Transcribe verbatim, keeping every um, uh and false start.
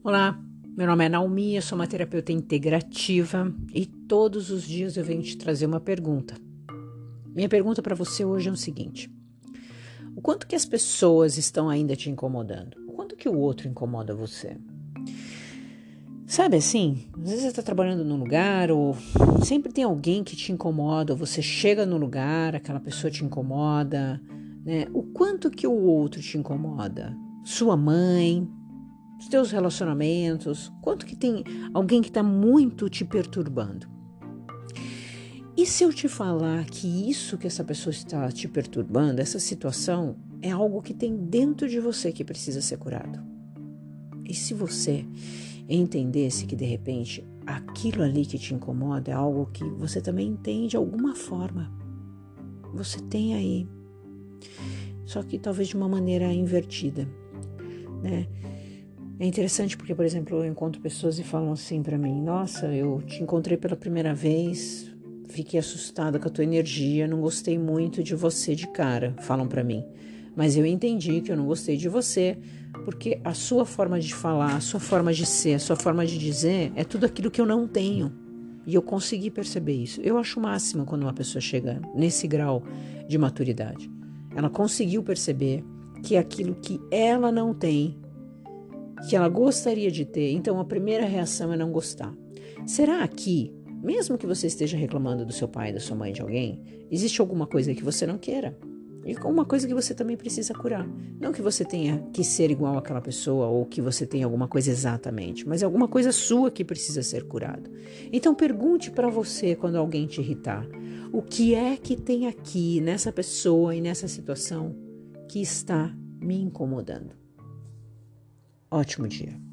Olá, meu nome é Naomi, eu sou uma terapeuta integrativa e todos os dias eu venho te trazer uma pergunta. Minha pergunta para você hoje é o seguinte: o quanto que as pessoas estão ainda te incomodando? O quanto que o outro incomoda você? Sabe assim, às vezes você está trabalhando num lugar ou sempre tem alguém que te incomoda, ou você chega no lugar, aquela pessoa te incomoda, né? O quanto que o outro te incomoda? Sua mãe, os teus relacionamentos, quanto que tem alguém que está muito te perturbando? E se eu te falar que isso que essa pessoa está te perturbando, essa situação, é algo que tem dentro de você que precisa ser curado? E se você entendesse que de repente aquilo ali que te incomoda é algo que você também tem de alguma forma, você tem aí, só que talvez de uma maneira invertida, né? É interessante porque, por exemplo, eu encontro pessoas e falam assim pra mim: nossa, eu te encontrei pela primeira vez, fiquei assustada com a tua energia, não gostei muito de você de cara, falam pra mim. Mas eu entendi que eu não gostei de você, porque a sua forma de falar, a sua forma de ser, a sua forma de dizer é tudo aquilo que eu não tenho. E eu consegui perceber isso. Eu acho o máximo quando uma pessoa chega nesse grau de maturidade. Ela conseguiu perceber que aquilo que ela não tem, que ela gostaria de ter, então a primeira reação é não gostar. Será que, mesmo que você esteja reclamando do seu pai, da sua mãe, de alguém, existe alguma coisa que você não queira? E uma coisa que você também precisa curar. Não que você tenha que ser igual àquela pessoa ou que você tenha alguma coisa exatamente, mas é alguma coisa sua que precisa ser curado. Então pergunte para você quando alguém te irritar: o que é que tem aqui nessa pessoa e nessa situação que está me incomodando? Ótimo dia.